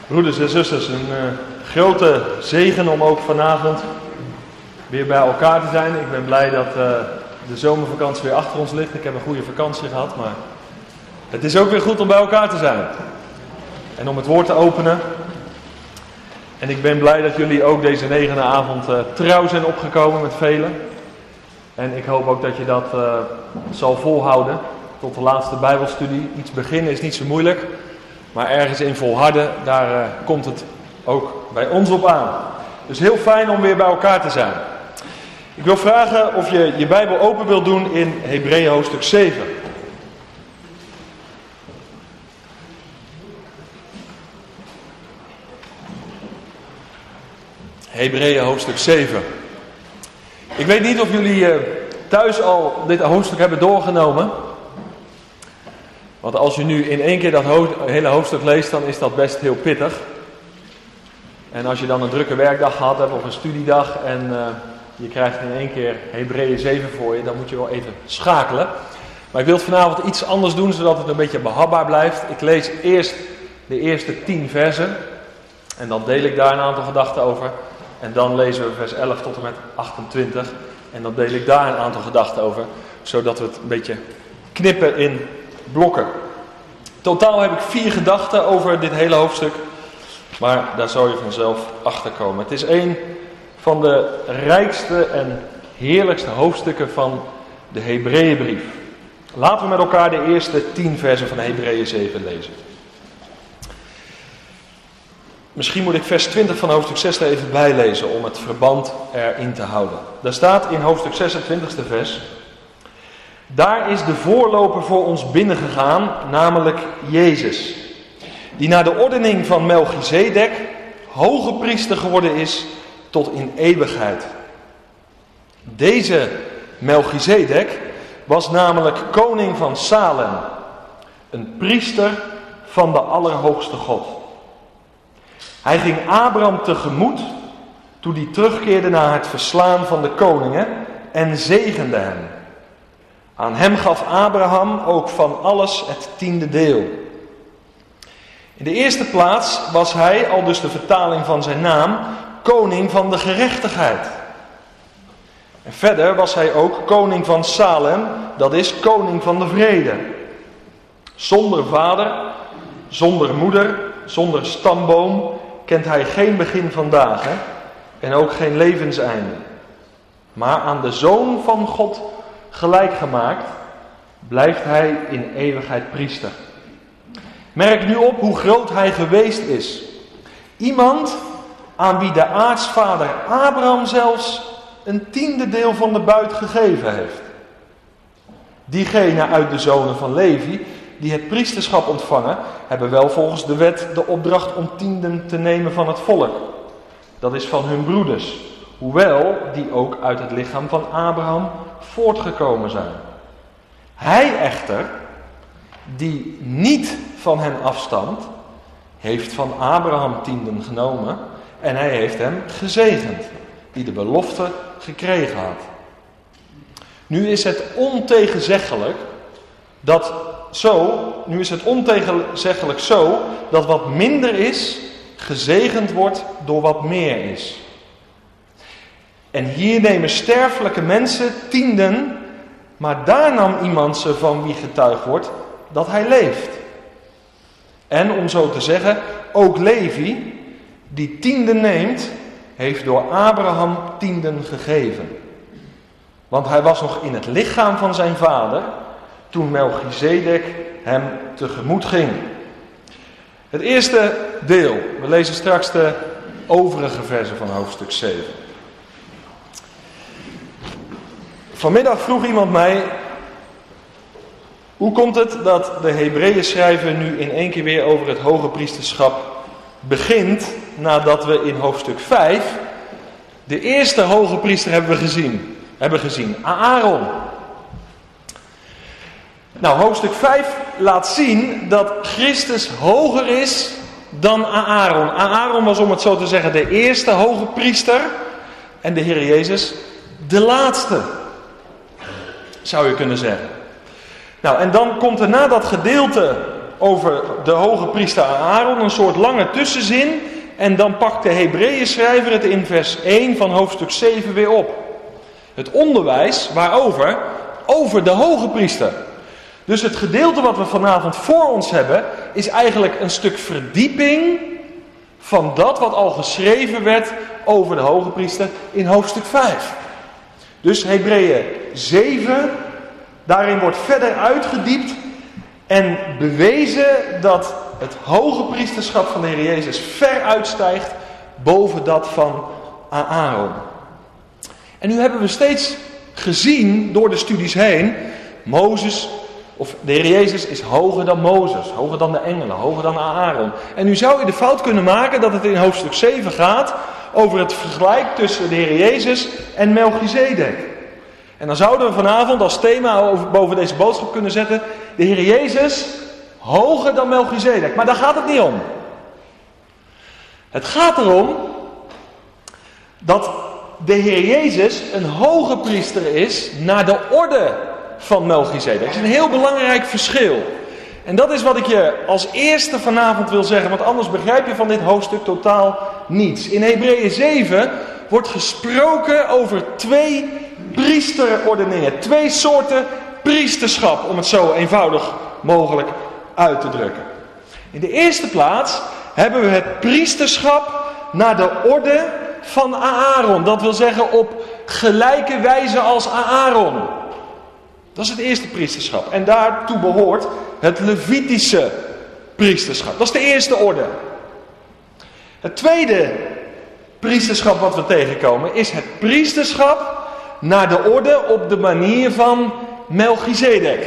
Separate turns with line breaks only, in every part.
Broeders en zusters, een grote zegen om ook vanavond weer bij elkaar te zijn. Ik ben blij dat de zomervakantie weer achter ons ligt. Ik heb een goede vakantie gehad, maar het is ook weer goed om bij elkaar te zijn. En om het woord te openen. En ik ben blij dat jullie ook deze 9e avond trouw zijn opgekomen met velen. En ik hoop ook dat je dat zal volhouden tot de laatste Bijbelstudie. Iets beginnen is niet zo moeilijk. Maar ergens in volharden, daar komt het ook bij ons op aan. Dus heel fijn om weer bij elkaar te zijn. Ik wil vragen of je je Bijbel open wilt doen in Hebreeën hoofdstuk 7. Hebreeën hoofdstuk 7. Ik weet niet of jullie thuis al dit hoofdstuk hebben doorgenomen. Want als je nu in één keer dat hele hoofdstuk leest, dan is dat best heel pittig. En als je dan een drukke werkdag gehad hebt of een studiedag en je krijgt in één keer Hebreeën 7 voor je, dan moet je wel even schakelen. Maar ik wil het vanavond iets anders doen, zodat het een beetje behapbaar blijft. Ik lees eerst de eerste 10 versen en dan deel ik daar een aantal gedachten over. En dan lezen we vers 11 tot en met 28 en dan deel ik daar een aantal gedachten over, zodat we het een beetje knippen in blokken. Totaal heb ik 4 gedachten over dit hele hoofdstuk. Maar daar zal je vanzelf achter komen. Het is een van de rijkste en heerlijkste hoofdstukken van de Hebreeënbrief. Laten we met elkaar de eerste 10 versen van Hebreeën 7 lezen. Misschien moet ik vers 20 van hoofdstuk 6 er even bijlezen om het verband erin te houden. Daar staat in hoofdstuk 26e vers: daar is de voorloper voor ons binnengegaan, namelijk Jezus, die naar de ordening van Melchizedek hoge priester geworden is tot in eeuwigheid. Deze Melchizedek was namelijk koning van Salem, een priester van de Allerhoogste God. Hij ging Abraham tegemoet toen hij terugkeerde na het verslaan van de koningen en zegende hem. Aan hem gaf Abraham ook van alles het 10e deel. In de eerste plaats was hij, al dus de vertaling van zijn naam, koning van de gerechtigheid. En verder was hij ook koning van Salem, dat is koning van de vrede. Zonder vader, zonder moeder, zonder stamboom kent hij geen begin van dagen en ook geen levenseinde. Maar aan de Zoon van God gelijk gemaakt, blijft hij in eeuwigheid priester. Merk nu op hoe groot hij geweest is. Iemand aan wie de aartsvader Abraham zelfs een 10e deel van de buit gegeven heeft. Diegenen uit de zonen van Levi die het priesterschap ontvangen, hebben wel volgens de wet de opdracht om 10e te nemen van het volk. Dat is van hun broeders, hoewel die ook uit het lichaam van Abraham voortgekomen zijn. Hij echter, die niet van hen afstamt, heeft van Abraham 10e genomen en hij heeft hem gezegend, die de belofte gekregen had. Nu is het ontegenzeggelijk zo dat wat minder is, gezegend wordt door wat meer is. En hier nemen sterfelijke mensen 10e, maar daar nam iemand ze van wie getuigd wordt dat hij leeft. En om zo te zeggen, ook Levi, die 10e neemt, heeft door Abraham 10e gegeven. Want hij was nog in het lichaam van zijn vader toen Melchizedek hem tegemoet ging. Het eerste deel, we lezen straks de overige versen van hoofdstuk 7. Vanmiddag vroeg iemand mij: hoe komt het dat de Hebreeën schrijver nu in één keer weer over het hoge priesterschap begint, nadat we in hoofdstuk 5 de eerste hoge priester hebben gezien, Aaron. Nou, hoofdstuk 5 laat zien dat Christus hoger is dan Aaron. Aaron was, om het zo te zeggen, de eerste hoge priester en de Heer Jezus de laatste, zou je kunnen zeggen. Nou, en dan komt er na dat gedeelte over de hoge priester Aaron, een soort lange tussenzin. En dan pakt de Hebreeënschrijver het in vers 1 van hoofdstuk 7 weer op. Het onderwijs waarover? Over de hoge priester. Dus het gedeelte wat we vanavond voor ons hebben, is eigenlijk een stuk verdieping van dat wat al geschreven werd over de hoge priester in hoofdstuk 5. Dus Hebreeën 7, daarin wordt verder uitgediept en bewezen dat het hoge priesterschap van de Heer Jezus ver uitstijgt boven dat van Aaron. En nu hebben we steeds gezien door de studies heen, Mozes, of de Heer Jezus is hoger dan Mozes, hoger dan de engelen, hoger dan Aaron. En nu zou je de fout kunnen maken dat het in hoofdstuk 7 gaat over het vergelijk tussen de Heer Jezus en Melchizedek. En dan zouden we vanavond als thema boven deze boodschap kunnen zetten, de Heer Jezus hoger dan Melchizedek. Maar daar gaat het niet om. Het gaat erom dat de Heer Jezus een hoge priester is naar de orde van Melchizedek. Dat is een heel belangrijk verschil. En dat is wat ik je als eerste vanavond wil zeggen, want anders begrijp je van dit hoofdstuk totaal niets. In Hebreeën 7 wordt gesproken over 2 priesterordeningen, 2 soorten priesterschap, om het zo eenvoudig mogelijk uit te drukken. In de eerste plaats hebben we het priesterschap naar de orde van Aaron. Dat wil zeggen op gelijke wijze als Aaron. Dat is het eerste priesterschap. En daartoe behoort het Levitische priesterschap. Dat is de eerste orde. Het tweede priesterschap wat we tegenkomen is het priesterschap naar de orde op de manier van Melchizedek.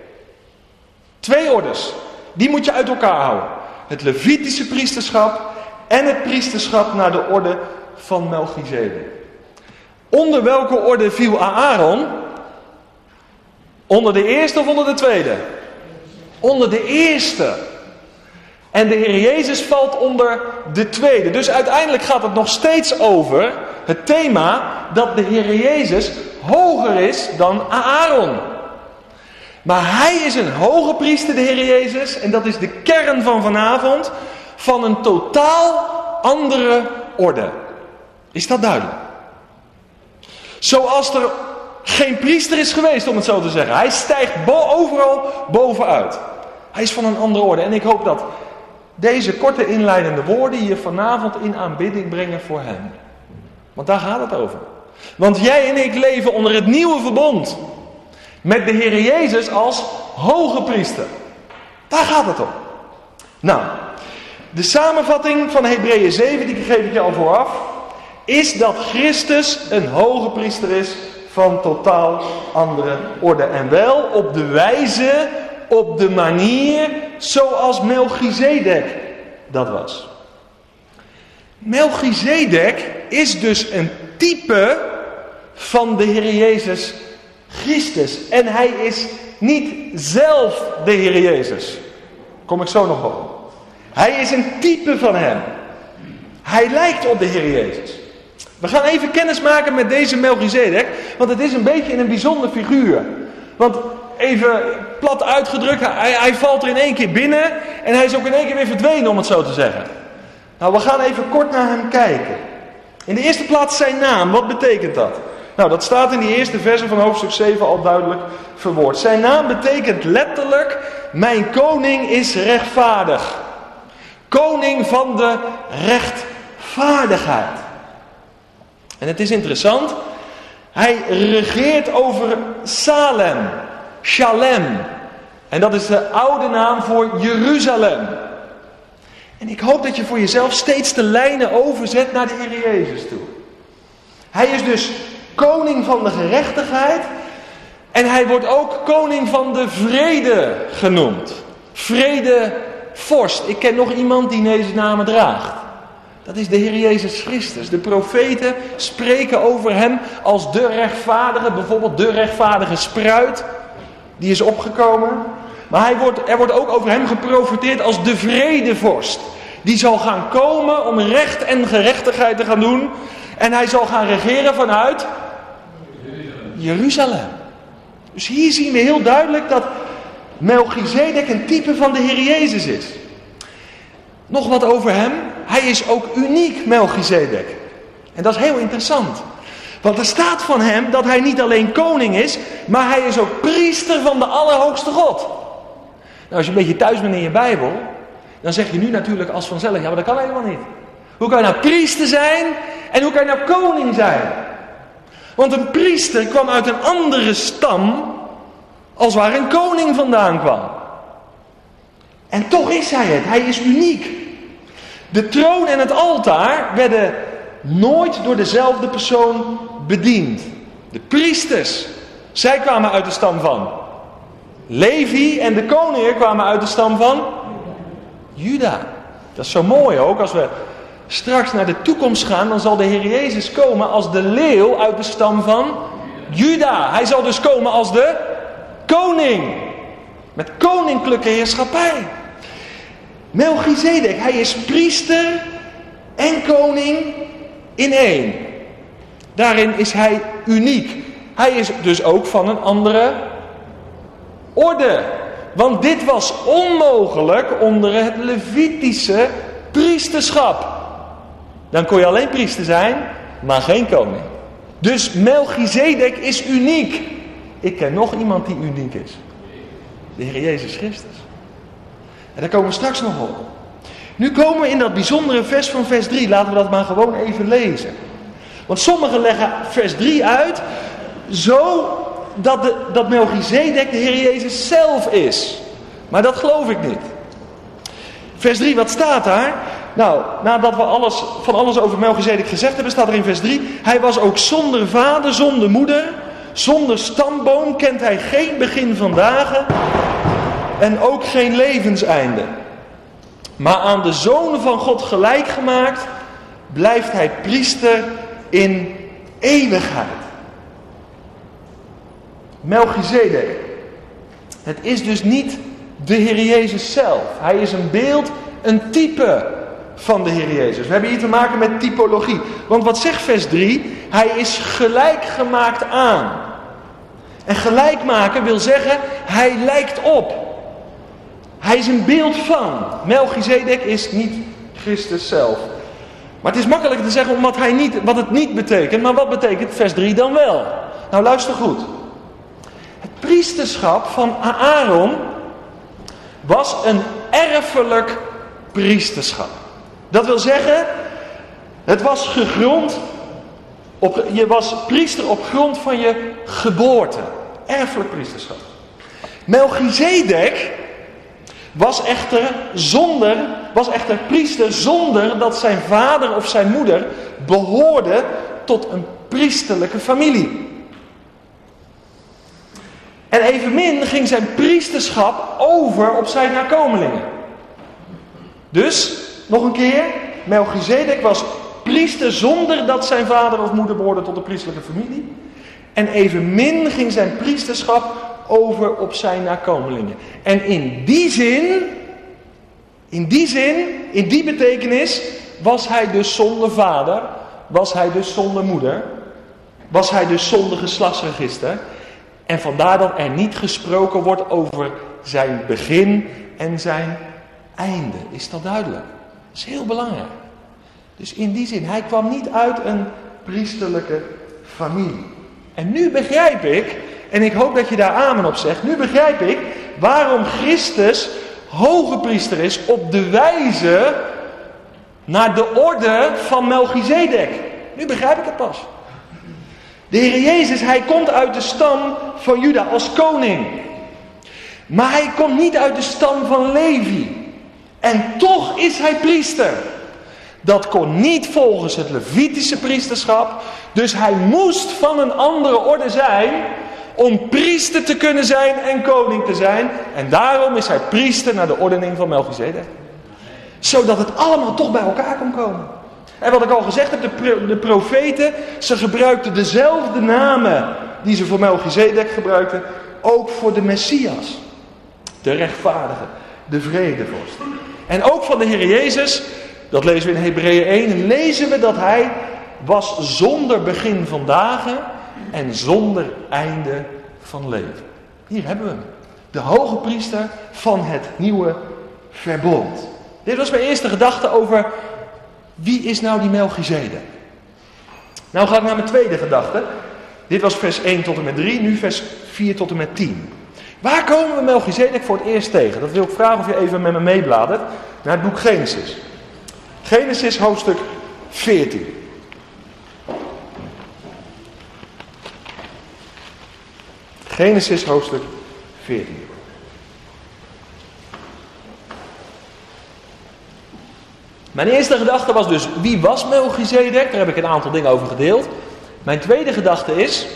2 orders. Die moet je uit elkaar houden. Het Levitische priesterschap en het priesterschap naar de orde van Melchizedek. Onder welke orde viel Aaron? Onder de eerste of onder de tweede? Onder de eerste. En de Heer Jezus valt onder de tweede. Dus uiteindelijk gaat het nog steeds over het thema dat de Heer Jezus hoger is dan Aaron. Maar hij is een hoge priester, de Heer Jezus, en dat is de kern van vanavond, van een totaal andere orde. Is dat duidelijk? Zoals er geen priester is geweest, om het zo te zeggen. Hij stijgt overal bovenuit. Hij is van een andere orde. En ik hoop dat deze korte inleidende woorden je vanavond in aanbidding brengen voor hem. Want daar gaat het over. Want jij en ik leven onder het nieuwe verbond. Met de Heer Jezus als hoge priester. Daar gaat het om. Nou, de samenvatting van Hebreeën 7, die geef ik je al vooraf, is dat Christus een hoge priester is van totaal andere orde. En wel op de wijze, op de manier zoals Melchizedek dat was. Melchizedek is dus een type van de Heer Jezus Christus. En hij is niet zelf de Heer Jezus. Kom ik zo nog op. Hij is een type van hem. Hij lijkt op de Heer Jezus. We gaan even kennis maken met deze Melchizedek, want het is een beetje een bijzonder figuur. Want even plat uitgedrukt, hij valt er in één keer binnen en hij is ook in één keer weer verdwenen, om het zo te zeggen. Nou, we gaan even kort naar hem kijken. In de eerste plaats zijn naam, wat betekent dat? Nou, dat staat in die eerste versen van hoofdstuk 7 al duidelijk verwoord. Zijn naam betekent letterlijk, mijn koning is rechtvaardig. Koning van de rechtvaardigheid. En het is interessant, hij regeert over Salem, Shalem. En dat is de oude naam voor Jeruzalem. En ik hoop dat je voor jezelf steeds de lijnen overzet naar de Heer Jezus toe. Hij is dus koning van de gerechtigheid. En hij wordt ook koning van de vrede genoemd. Vredevorst. Ik ken nog iemand die deze namen draagt. Dat is de Heer Jezus Christus. De profeten spreken over hem als de rechtvaardige. Bijvoorbeeld de rechtvaardige spruit. Die is opgekomen. Maar er wordt ook over hem geprofeteerd als de vredevorst. Die zal gaan komen om recht en gerechtigheid te gaan doen. En hij zal gaan regeren vanuit Jeruzalem. Dus hier zien we heel duidelijk dat Melchizedek een type van de Heer Jezus is. Nog wat over hem. Hij is ook uniek, Melchizedek. En dat is heel interessant. Want er staat van hem dat hij niet alleen koning is, maar hij is ook priester van de Allerhoogste God. Nou, als je een beetje thuis bent in je Bijbel, dan zeg je nu natuurlijk als vanzelf, ja, maar dat kan helemaal niet. Hoe kan je nou priester zijn en hoe kan je nou koning zijn? Want een priester kwam uit een andere stam als waar een koning vandaan kwam. En toch is hij het. Hij is uniek. De troon en het altaar werden nooit door dezelfde persoon bediend. De priesters, zij kwamen uit de stam van Levi en de koningen kwamen uit de stam van Juda. Dat is zo mooi ook. Als we straks naar de toekomst gaan, dan zal de Heer Jezus komen als de leeuw uit de stam van Juda. Hij zal dus komen als de koning. Met koninklijke heerschappij. Melchizedek, hij is priester en koning in één. Daarin is hij uniek. Hij is dus ook van een andere orde. Want dit was onmogelijk onder het Levitische priesterschap. Dan kon je alleen priester zijn, maar geen koning. Dus Melchizedek is uniek. Ik ken nog iemand die uniek is. De Heer Jezus Christus. En daar komen we straks nog op. Nu komen we in dat bijzondere vers van vers 3. Laten we dat maar gewoon even lezen. Want sommigen leggen vers 3 uit zo dat Melchizedek de Heer Jezus zelf is. Maar dat geloof ik niet. Vers 3, wat staat daar? Nou, nadat we van alles over Melchizedek gezegd hebben, staat er in vers 3. Hij was ook zonder vader, zonder moeder, zonder stamboom, kent hij geen begin van dagen en ook geen levenseinde. Maar aan de Zoon van God gelijk gemaakt, blijft hij priester in eeuwigheid. Melchizedek. Het is dus niet de Heer Jezus zelf. Hij is een beeld, een type van de Heer Jezus. We hebben hier te maken met typologie. Want wat zegt vers 3? Hij is gelijk gemaakt aan. En gelijk maken wil zeggen, hij lijkt op. Hij is een beeld van. Melchizedek is niet Christus zelf. Maar het is makkelijker te zeggen wat het niet betekent. Maar wat betekent vers 3 dan wel? Nou, luister goed. Het priesterschap van Aaron was een erfelijk priesterschap. Dat wil zeggen, het was gegrond je was priester op grond van je geboorte. Erfelijk priesterschap. Melchizedek was echter priester zonder dat zijn vader of zijn moeder behoorde tot een priesterlijke familie. En evenmin ging zijn priesterschap over op zijn nakomelingen. Dus, nog een keer, Melchizedek was priester zonder dat zijn vader of moeder behoorde tot de priesterlijke familie. En evenmin ging zijn priesterschap over op zijn nakomelingen. En in die betekenis, was hij dus zonder vader, was hij dus zonder moeder, was hij dus zonder geslachtsregister. En vandaar dat er niet gesproken wordt over zijn begin en zijn einde. Is dat duidelijk? Dat is heel belangrijk. Dus in die zin, hij kwam niet uit een priesterlijke familie. En nu begrijp ik, en ik hoop dat je daar amen op zegt, nu begrijp ik waarom Christus hoge priester is op de wijze naar de orde van Melchizedek. Nu begrijp ik het pas. De Heer Jezus, hij komt uit de stam van Juda als koning. Maar hij komt niet uit de stam van Levi. En toch is hij priester. Dat kon niet volgens het Levitische priesterschap. Dus hij moest van een andere orde zijn om priester te kunnen zijn en koning te zijn. En daarom is hij priester naar de ordening van Melchizedek. Zodat het allemaal toch bij elkaar kon komen. En wat ik al gezegd heb, de profeten, ze gebruikten dezelfde namen die ze voor Melchizedek gebruikten, ook voor de Messias. De rechtvaardige, de vredevorst. En ook van de Heer Jezus, dat lezen we in Hebreeën 1, lezen we dat hij was zonder begin van dagen en zonder einde van leven. Hier hebben we hem. De hoge priester van het nieuwe verbond. Dit was mijn eerste gedachte over wie is nou die Melchizedek. Nou ga ik naar mijn tweede gedachte. Dit was vers 1 tot en met 3, nu vers 4 tot en met 10. Waar komen we Melchizedek voor het eerst tegen? Dat wil ik vragen of je even met me meebladert naar het boek Genesis. Genesis hoofdstuk 14. Genesis hoofdstuk 14. Mijn eerste gedachte was dus, wie was Melchizedek? Daar heb ik een aantal dingen over gedeeld. Mijn tweede gedachte is,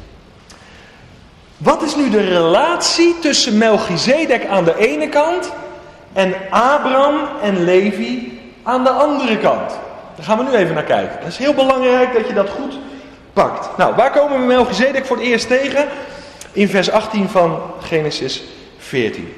wat is nu de relatie tussen Melchizedek aan de ene kant en Abraham en Levi aan de andere kant? Daar gaan we nu even naar kijken. Het is heel belangrijk dat je dat goed pakt. Nou, waar komen we Melchizedek voor het eerst tegen? In vers 18 van Genesis 14.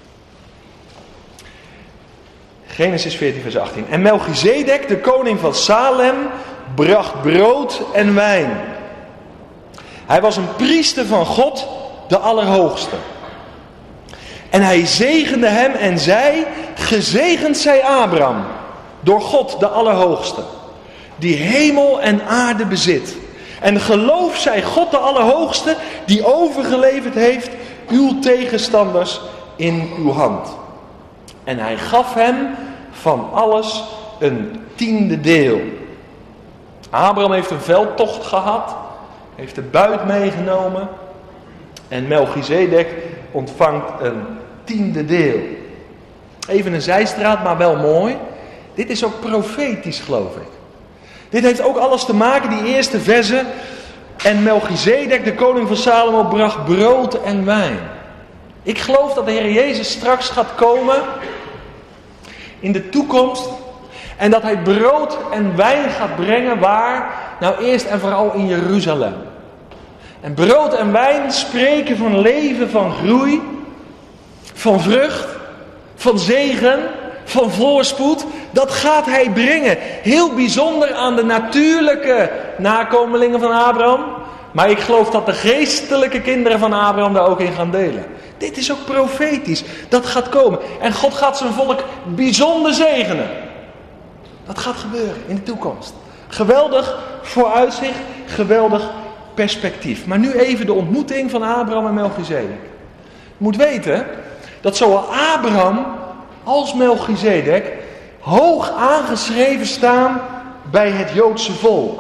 Genesis 14 vers 18. En Melchizedek, de koning van Salem, bracht brood en wijn. Hij was een priester van God, de Allerhoogste. En hij zegende hem en zei, gezegend zij Abraham, door God, de Allerhoogste, die hemel en aarde bezit. En geloof zij God, de Allerhoogste, die overgeleverd heeft uw tegenstanders in uw hand. En hij gaf hem van alles een 10e deel. Abraham heeft een veldtocht gehad, heeft de buit meegenomen. En Melchizedek ontvangt een 10e deel. Even een zijstraat, maar wel mooi. Dit is ook profetisch, geloof ik. Dit heeft ook alles te maken, die eerste verzen. En Melchizedek, de koning van Salomo, bracht brood en wijn. Ik geloof dat de Heer Jezus straks gaat komen in de toekomst. En dat hij brood en wijn gaat brengen waar? Nou, eerst en vooral in Jeruzalem. En brood en wijn spreken van leven, van groei, van vrucht, van zegen, van voorspoed. Dat gaat hij brengen. Heel bijzonder aan de natuurlijke nakomelingen van Abraham. Maar ik geloof dat de geestelijke kinderen van Abraham daar ook in gaan delen. Dit is ook profetisch. Dat gaat komen. En God gaat zijn volk bijzonder zegenen. Dat gaat gebeuren in de toekomst. Geweldig vooruitzicht, geweldig perspectief. Maar nu even de ontmoeting van Abraham en Melchizedek. Je moet weten dat zowel Abraham als Melchizedek hoog aangeschreven staan bij het Joodse volk.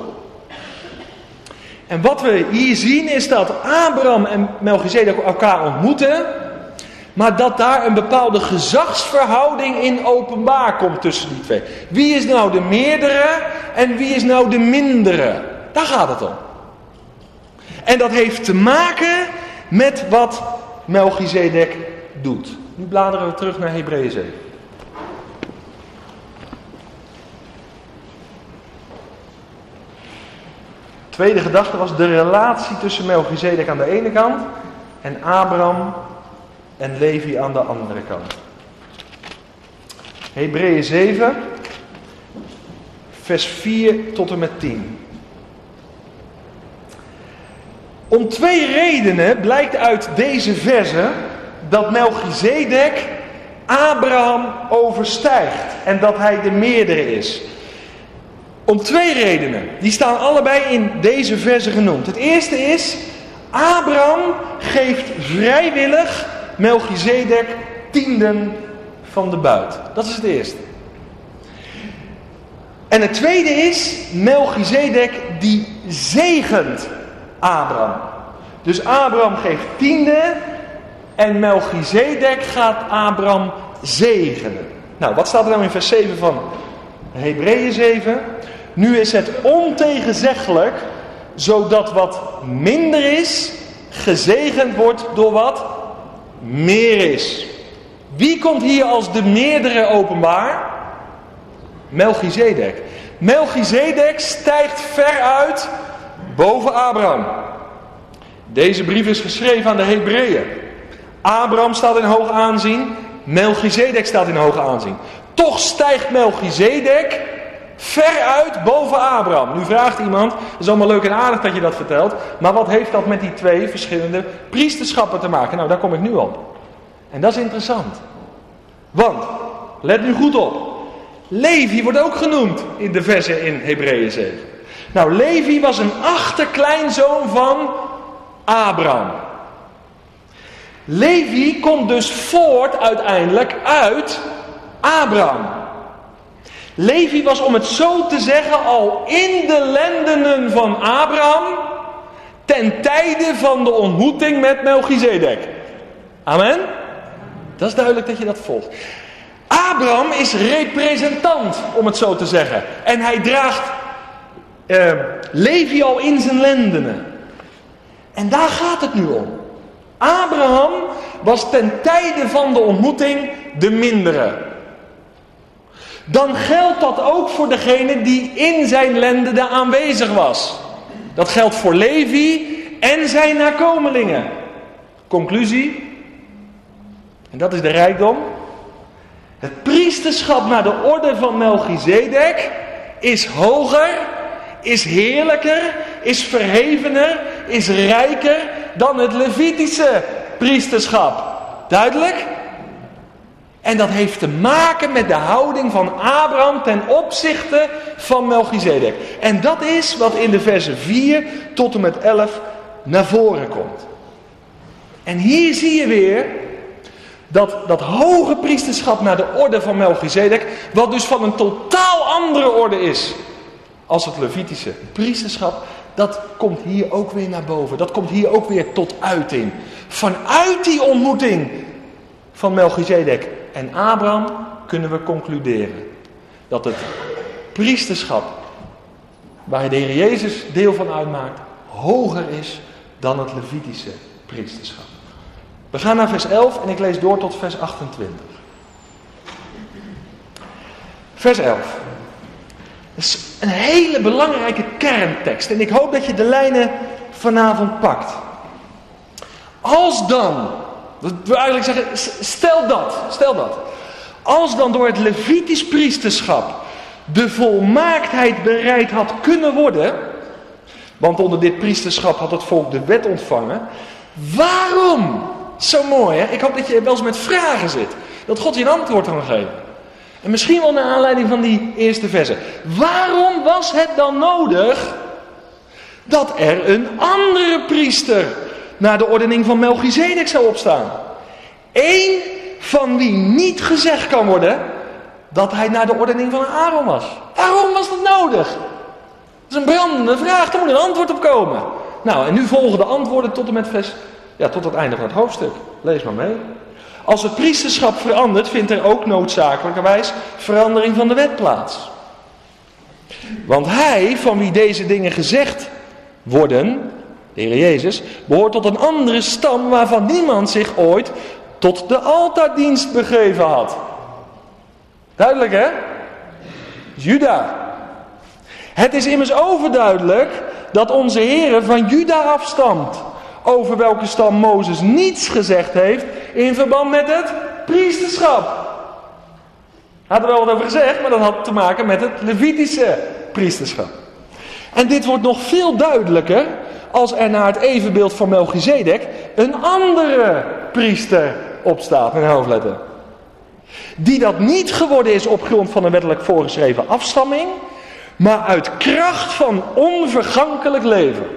En wat we hier zien is dat Abraham en Melchizedek elkaar ontmoeten, maar dat daar een bepaalde gezagsverhouding in openbaar komt tussen die twee. Wie is nou de meerdere en wie is nou de mindere? Daar gaat het om. En dat heeft te maken met wat Melchizedek doet. Nu bladeren we terug naar Hebreeën 7. Tweede gedachte was de relatie tussen Melchizedek aan de ene kant en Abraham en Levi aan de andere kant. Hebreeën 7, vers 4 tot en met 10. Om 2 redenen blijkt uit deze verzen dat Melchizedek Abraham overstijgt en dat hij de meerdere is. Om 2 redenen. Die staan allebei in deze verzen genoemd. Het eerste is, Abraham geeft vrijwillig Melchizedek 10e van de buit. Dat is het eerste. En het tweede is, Melchizedek die zegent Abraham. Dus Abraham geeft 10e en Melchizedek gaat Abraham zegenen. Nou, wat staat er nou in vers 7 van Hebreeën 7? Nu is het ontegenzeggelijk, zodat wat minder is, gezegend wordt door wat meer is. Wie komt hier als de meerdere openbaar? Melchizedek. Melchizedek stijgt ver uit boven Abraham. Deze brief is geschreven aan de Hebreeën. Abraham staat in hoog aanzien, Melchizedek staat in hoog aanzien. Toch stijgt Melchizedek ver uit boven Abraham. Nu vraagt iemand, het is allemaal leuk en aardig dat je dat vertelt, maar wat heeft dat met die 2 verschillende priesterschappen te maken? Nou, daar kom ik nu op. En dat is interessant. Want, let nu goed op. Levi wordt ook genoemd in de versen in Hebreeën 7. Nou, Levi was een achterkleinzoon van Abraham. Levi komt dus voort uiteindelijk uit Abraham. Levi was, om het zo te zeggen, al in de lendenen van Abraham ten tijde van de ontmoeting met Melchizedek. Amen? Dat is duidelijk dat je dat volgt. Abraham is representant, om het zo te zeggen. En hij draagt Levi al in zijn lendenen. En daar gaat het nu om. Abraham was ten tijde van de ontmoeting de mindere. Dan geldt dat ook voor degene die in zijn lendenen aanwezig was. Dat geldt voor Levi en zijn nakomelingen. Conclusie. En dat is de rijkdom. Het priesterschap naar de orde van Melchizedek is hoger, is heerlijker, is verhevener, is rijker dan het Levitische priesterschap. Duidelijk? En dat heeft te maken met de houding van Abraham ten opzichte van Melchizedek. En dat is wat in de versen 4 tot en met 11 naar voren komt. En hier zie je weer dat hoge priesterschap naar de orde van Melchizedek, wat dus van een totaal andere orde is als het Levitische priesterschap, dat komt hier ook weer naar boven. Dat komt hier ook weer tot uiting. Vanuit die ontmoeting van Melchizedek en Abraham kunnen we concluderen dat het priesterschap waar de Heer Jezus deel van uitmaakt hoger is dan het Levitische priesterschap. We gaan naar vers 11 en ik lees door tot vers 28. Vers 11. Dat is een hele belangrijke kerntekst. En ik hoop dat je de lijnen vanavond pakt. Als dan, dat wil eigenlijk zeggen, stel dat. Als dan door het Levitisch priesterschap de volmaaktheid bereid had kunnen worden. Want onder dit priesterschap had het volk de wet ontvangen. Waarom? Zo mooi, hè? Ik hoop dat je wel eens met vragen zit. Dat God je een antwoord kan geven. En misschien wel naar aanleiding van die eerste versen. Waarom was het dan nodig dat er een andere priester naar de ordening van Melchizedek zou opstaan? Eén van wie niet gezegd kan worden dat hij naar de ordening van Aaron was. Waarom was dat nodig? Dat is een brandende vraag, daar moet een antwoord op komen. Nou, en nu volgen de antwoorden tot en met tot het einde van het hoofdstuk. Lees maar mee. Als het priesterschap verandert, vindt er ook noodzakelijkerwijs verandering van de wet plaats. Want hij, van wie deze dingen gezegd worden, de Heer Jezus, behoort tot een andere stam waarvan niemand zich ooit tot de altaardienst begeven had. Duidelijk, hè? Juda. Het is immers overduidelijk dat onze Heer van Juda afstamt, over welke stam Mozes niets gezegd heeft in verband met het priesterschap. Hij had er wel wat over gezegd, maar dat had te maken met het Levitische priesterschap. En dit wordt nog veel duidelijker als er naar het evenbeeld van Melchizedek een andere priester opstaat, met een hoofdletter. Die dat niet geworden is op grond van een wettelijk voorgeschreven afstamming, maar uit kracht van onvergankelijk leven.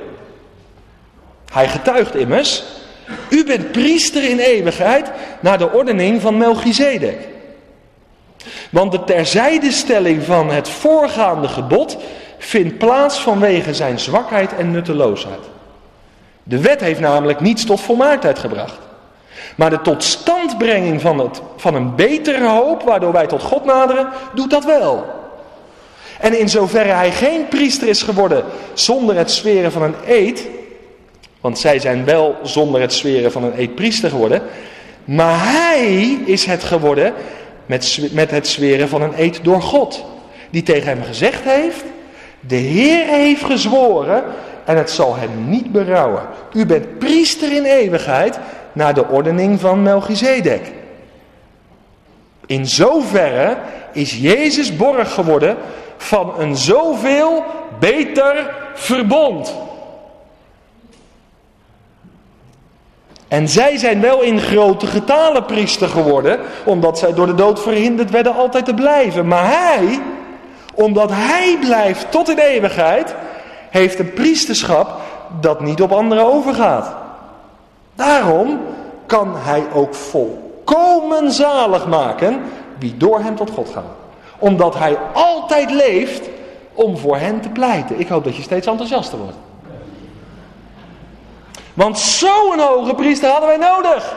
Hij getuigt immers, u bent priester in eeuwigheid naar de ordening van Melchizedek. Want de terzijdestelling van het voorgaande gebod vindt plaats vanwege zijn zwakheid en nutteloosheid. De wet heeft namelijk niets tot volmaaktheid gebracht. Maar de totstandbrenging van een betere hoop, waardoor wij tot God naderen, doet dat wel. En in zoverre hij geen priester is geworden zonder het zweren van een eed, want zij zijn wel zonder het zweren van een eed priester geworden, maar hij is het geworden met het zweren van een eed door God, die tegen hem gezegd heeft, de Heer heeft gezworen en het zal hem niet berouwen. U bent priester in eeuwigheid naar de ordening van Melchizedek. In zoverre is Jezus borg geworden van een zoveel beter verbond. En zij zijn wel in grote getale priester geworden, omdat zij door de dood verhinderd werden altijd te blijven. Maar hij, omdat hij blijft tot in eeuwigheid, heeft een priesterschap dat niet op anderen overgaat. Daarom kan hij ook volkomen zalig maken wie door hem tot God gaat. Omdat hij altijd leeft om voor hen te pleiten. Ik hoop dat je steeds enthousiaster wordt. Want zo'n hoge priester hadden wij nodig.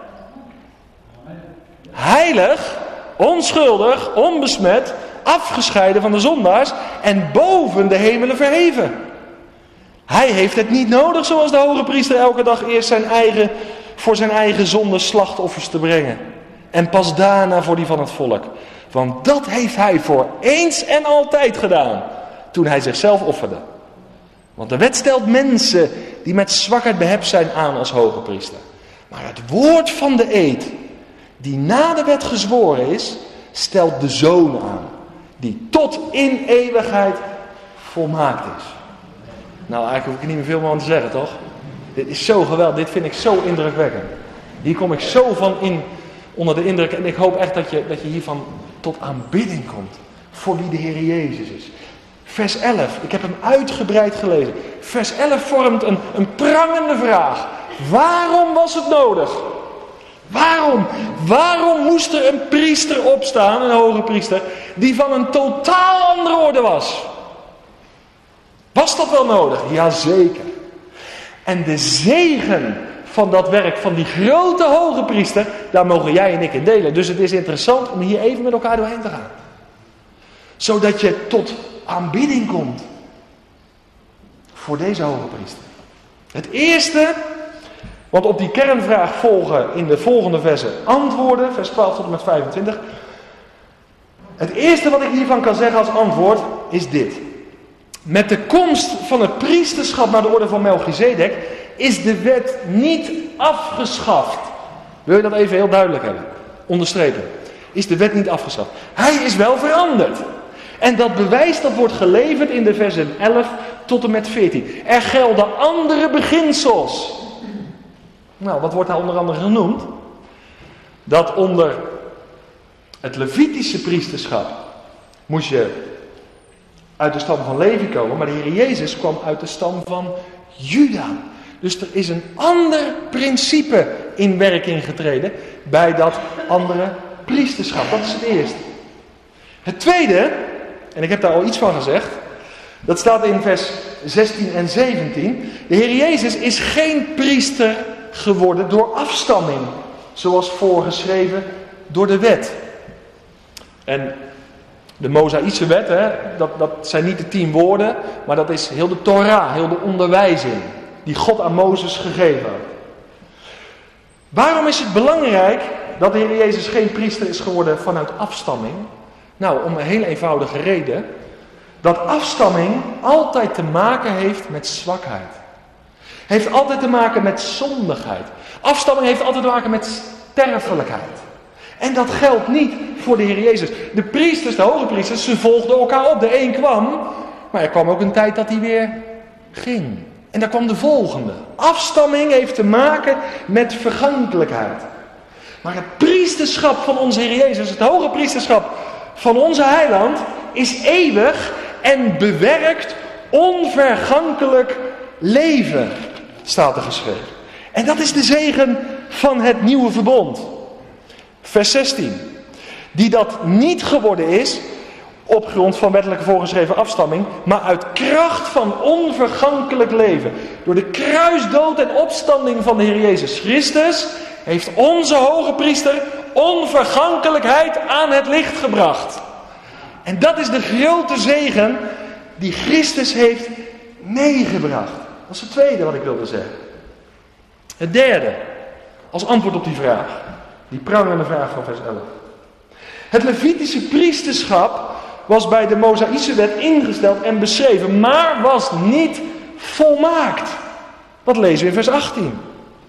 Heilig, onschuldig, onbesmet, afgescheiden van de zondaars en boven de hemelen verheven. Hij heeft het niet nodig zoals de hoge priester elke dag eerst voor zijn eigen zonde slachtoffers te brengen. En pas daarna voor die van het volk. Want dat heeft hij voor eens en altijd gedaan. Toen hij zichzelf offerde. Want de wet stelt mensen die met zwakheid behept zijn aan als hoge priester. Maar het woord van de eed, die na de wet gezworen is, stelt de Zoon aan. Die tot in eeuwigheid volmaakt is. Nou, eigenlijk hoef ik er niet meer veel meer aan te zeggen, toch? Dit is zo geweldig, dit vind ik zo indrukwekkend. Hier kom ik zo van in onder de indruk. En ik hoop echt dat je hiervan tot aanbidding komt. Voor wie de Heer Jezus is. Vers 11, ik heb hem uitgebreid gelezen. Vers 11 vormt een prangende vraag. Waarom was het nodig? Waarom? Waarom moest er een priester opstaan, een hoge priester, die van een totaal andere orde was? Was dat wel nodig? Jazeker. En de zegen van dat werk van die grote hoge priester, daar mogen jij en ik in delen. Dus het is interessant om hier even met elkaar doorheen te gaan. Zodat je tot aanbidding komt voor deze hoge priester. Het eerste, want op die kernvraag volgen in de volgende versen antwoorden, vers 12 tot en met 25. Het eerste wat ik hiervan kan zeggen als antwoord is dit. Met de komst van het priesterschap naar de orde van Melchizedek is de wet niet afgeschaft. Wil je dat even heel duidelijk hebben? Onderstrepen. Is de wet niet afgeschaft? Hij is wel veranderd. En dat bewijs dat wordt geleverd in de versen 11 tot en met 14. Er gelden andere beginsels. Nou, wat wordt daar onder andere genoemd? Dat onder het Levitische priesterschap moest je uit de stam van Levi komen, maar de Heer Jezus kwam uit de stam van Juda. Dus er is een ander principe in werking getreden bij dat andere priesterschap. Dat is het eerste. Het tweede, en ik heb daar al iets van gezegd, dat staat in vers 16 en 17. De Heer Jezus is geen priester geworden door afstamming, zoals voorgeschreven door de wet. En de Mosaïsche wet, dat zijn niet de 10 woorden, maar dat is heel de Torah, heel de onderwijzing die God aan Mozes gegeven had. Waarom is het belangrijk dat de Heer Jezus geen priester is geworden vanuit afstamming? Nou, om een heel eenvoudige reden. Dat afstamming altijd te maken heeft met zwakheid. Heeft altijd te maken met zondigheid. Afstamming heeft altijd te maken met sterfelijkheid. En dat geldt niet voor de Heer Jezus. De priesters, de hoge priesters, ze volgden elkaar op. De een kwam, maar er kwam ook een tijd dat hij weer ging. En daar kwam de volgende. Afstamming heeft te maken met vergankelijkheid. Maar het priesterschap van onze Heer Jezus, het hoge priesterschap van onze heiland, is eeuwig en bewerkt onvergankelijk leven, staat er geschreven. En dat is de zegen van het nieuwe verbond. Vers 16. Die dat niet geworden is op grond van wettelijke voorgeschreven afstamming, maar uit kracht van onvergankelijk leven. Door de kruisdood en opstanding van de Heer Jezus Christus heeft onze hoge priester onvergankelijkheid aan het licht gebracht. En dat is de grote zegen die Christus heeft meegebracht. Dat is het tweede wat ik wilde zeggen. Het derde, als antwoord op die vraag. Die prangende vraag van vers 11. Het Levitische priesterschap was bij de Mosaïsche wet ingesteld en beschreven, maar was niet volmaakt. Dat lezen we in vers 18.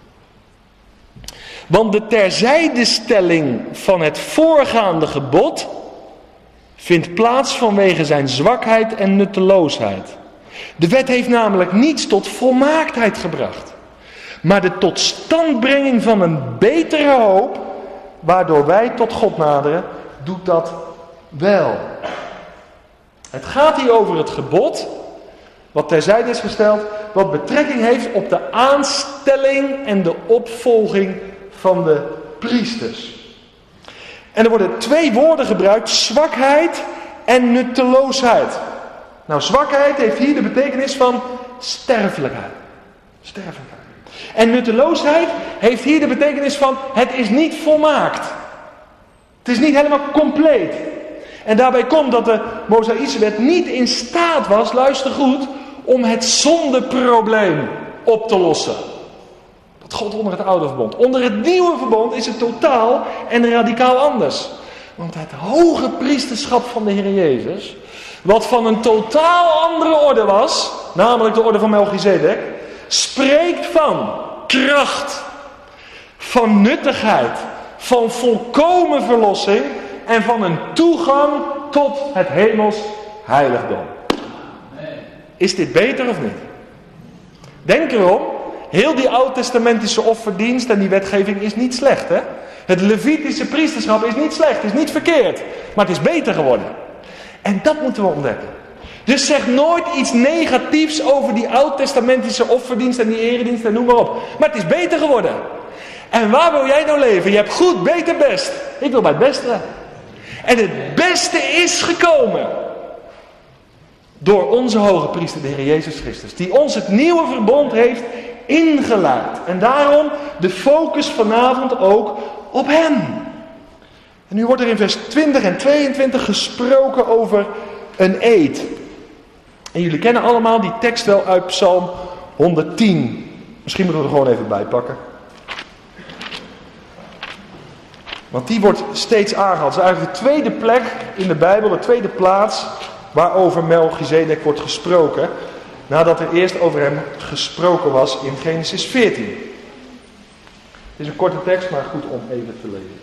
Want de terzijdestelling van het voorgaande gebod vindt plaats vanwege zijn zwakheid en nutteloosheid. De wet heeft namelijk niets tot volmaaktheid gebracht. Maar de totstandbrenging van een betere hoop, waardoor wij tot God naderen, doet dat wel. Het gaat hier over het gebod, wat terzijde is gesteld, wat betrekking heeft op de aanstelling en de opvolging van de priesters. En er worden 2 woorden gebruikt, zwakheid en nutteloosheid. Nou, zwakheid heeft hier de betekenis van sterfelijkheid. Sterfelijkheid. En nutteloosheid heeft hier de betekenis van het is niet volmaakt. Het is niet helemaal compleet. En daarbij komt dat de Mosaïsche wet niet in staat was, luister goed, om het zondeprobleem op te lossen. Dat gold onder het oude verbond. Onder het nieuwe verbond is het totaal en radicaal anders. Want het hoge priesterschap van de Heer Jezus, wat van een totaal andere orde was, namelijk de orde van Melchizedek, spreekt van kracht, van nuttigheid, van volkomen verlossing en van een toegang tot het hemels heiligdom. Is dit beter of niet? Denk erom, heel die oud-testamentische offerdienst en die wetgeving is niet slecht, hè? Het Levitische priesterschap is niet slecht, is niet verkeerd, maar het is beter geworden. En dat moeten we ontdekken. Dus zeg nooit iets negatiefs over die oud-testamentische offerdienst en die eredienst en noem maar op. Maar het is beter geworden. En waar wil jij nou leven? Je hebt goed, beter, best. Ik wil bij het beste. En het beste is gekomen door onze hoge priester, de Heer Jezus Christus. Die ons het nieuwe verbond heeft ingeleid. En daarom de focus vanavond ook op hem. En nu wordt er in vers 20 en 22 gesproken over een eed. En jullie kennen allemaal die tekst wel uit Psalm 110. Misschien moeten we er gewoon even bij pakken. Want die wordt steeds aangehaald. Het is eigenlijk de tweede plek in de Bijbel, de tweede plaats waarover Melchizedek wordt gesproken. Nadat er eerst over hem gesproken was in Genesis 14. Het is een korte tekst, maar goed om even te lezen.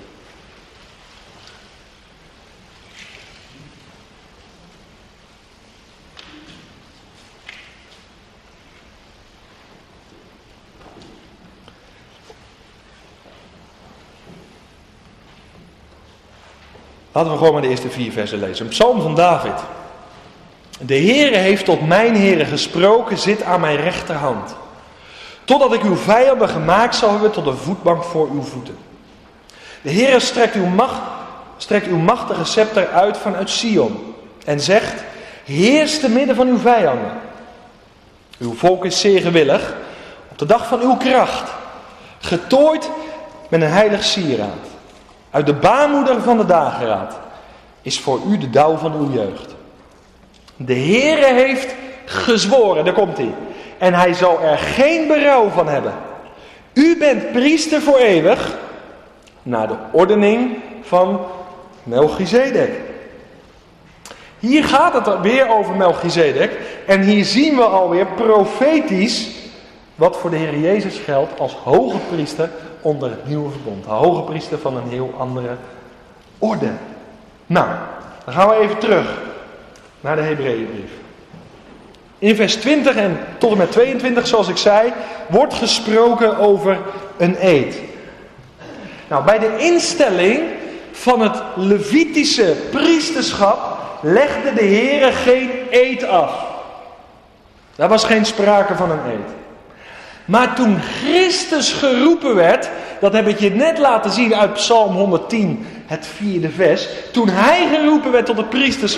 Laten we gewoon maar de eerste 4 versen lezen. Een psalm van David. De Heere heeft tot mijn Heere gesproken, zit aan mijn rechterhand. Totdat ik uw vijanden gemaakt zal hebben tot een voetbank voor uw voeten. De Heere strekt uw machtige scepter uit vanuit Sion. En zegt, heers te midden van uw vijanden. Uw volk is zeer gewillig, op de dag van uw kracht. Getooid met een heilig sieraad. Uit de baarmoeder van de dageraad is voor u de dauw van uw jeugd. De Heere heeft gezworen, daar komt hij. En hij zal er geen berouw van hebben. U bent priester voor eeuwig, naar de ordening van Melchizedek. Hier gaat het weer over Melchizedek. En hier zien we alweer profetisch wat voor de Heer Jezus geldt als hoge priester onder het nieuwe verbond. De hoge priester van een heel andere orde. Nou, dan gaan we even terug naar de Hebreeënbrief. In vers 20 en tot en met 22, zoals ik zei, wordt gesproken over een eed. Nou, bij de instelling van het Levitische priesterschap legde de Heere geen eed af. Daar was geen sprake van een eed. Maar toen Christus geroepen werd, dat heb ik je net laten zien uit Psalm 110, het 4e vers. Toen hij geroepen werd tot het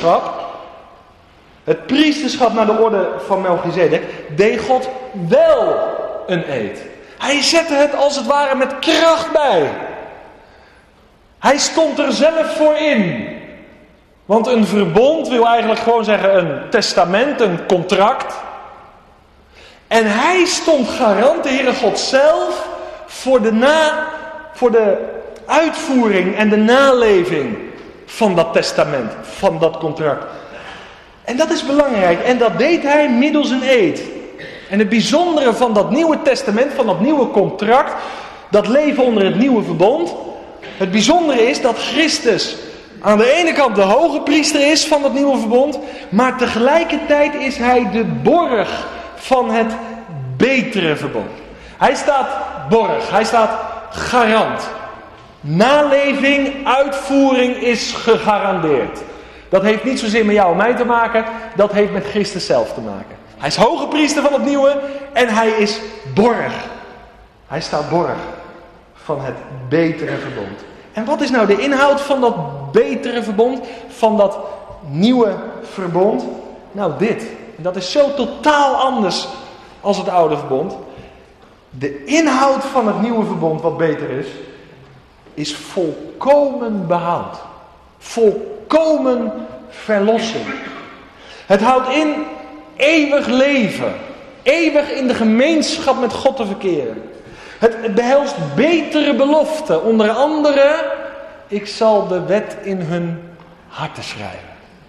priesterschap naar de orde van Melchizedek, deed God wel een eed. Hij zette het als het ware met kracht bij. Hij stond er zelf voor in. Want een verbond wil eigenlijk gewoon zeggen een testament, een contract. En hij stond garant, de Heere God zelf, voor de uitvoering en de naleving van dat testament, van dat contract. En dat is belangrijk. En dat deed hij middels een eed. En het bijzondere van dat nieuwe testament, van dat nieuwe contract, dat leven onder het nieuwe verbond. Het bijzondere is dat Christus aan de ene kant de hoge priester is van dat nieuwe verbond, maar tegelijkertijd is hij de borg van het betere verbond. Hij staat borg, hij staat garant. Naleving, uitvoering is gegarandeerd. Dat heeft niet zozeer met jou en mij te maken, dat heeft met Christus zelf te maken. Hij is hoge priester van het nieuwe en hij is borg. Hij staat borg van het betere verbond. En wat is nou de inhoud van dat betere verbond, van dat nieuwe verbond? Nou dit, en dat is zo totaal anders als het oude verbond. De inhoud van het nieuwe verbond, wat beter is volkomen behoud. Volkomen verlossing. Het houdt in eeuwig leven. Eeuwig in de gemeenschap met God te verkeren. Het behelst betere beloften. Onder andere, ik zal de wet in hun harten schrijven.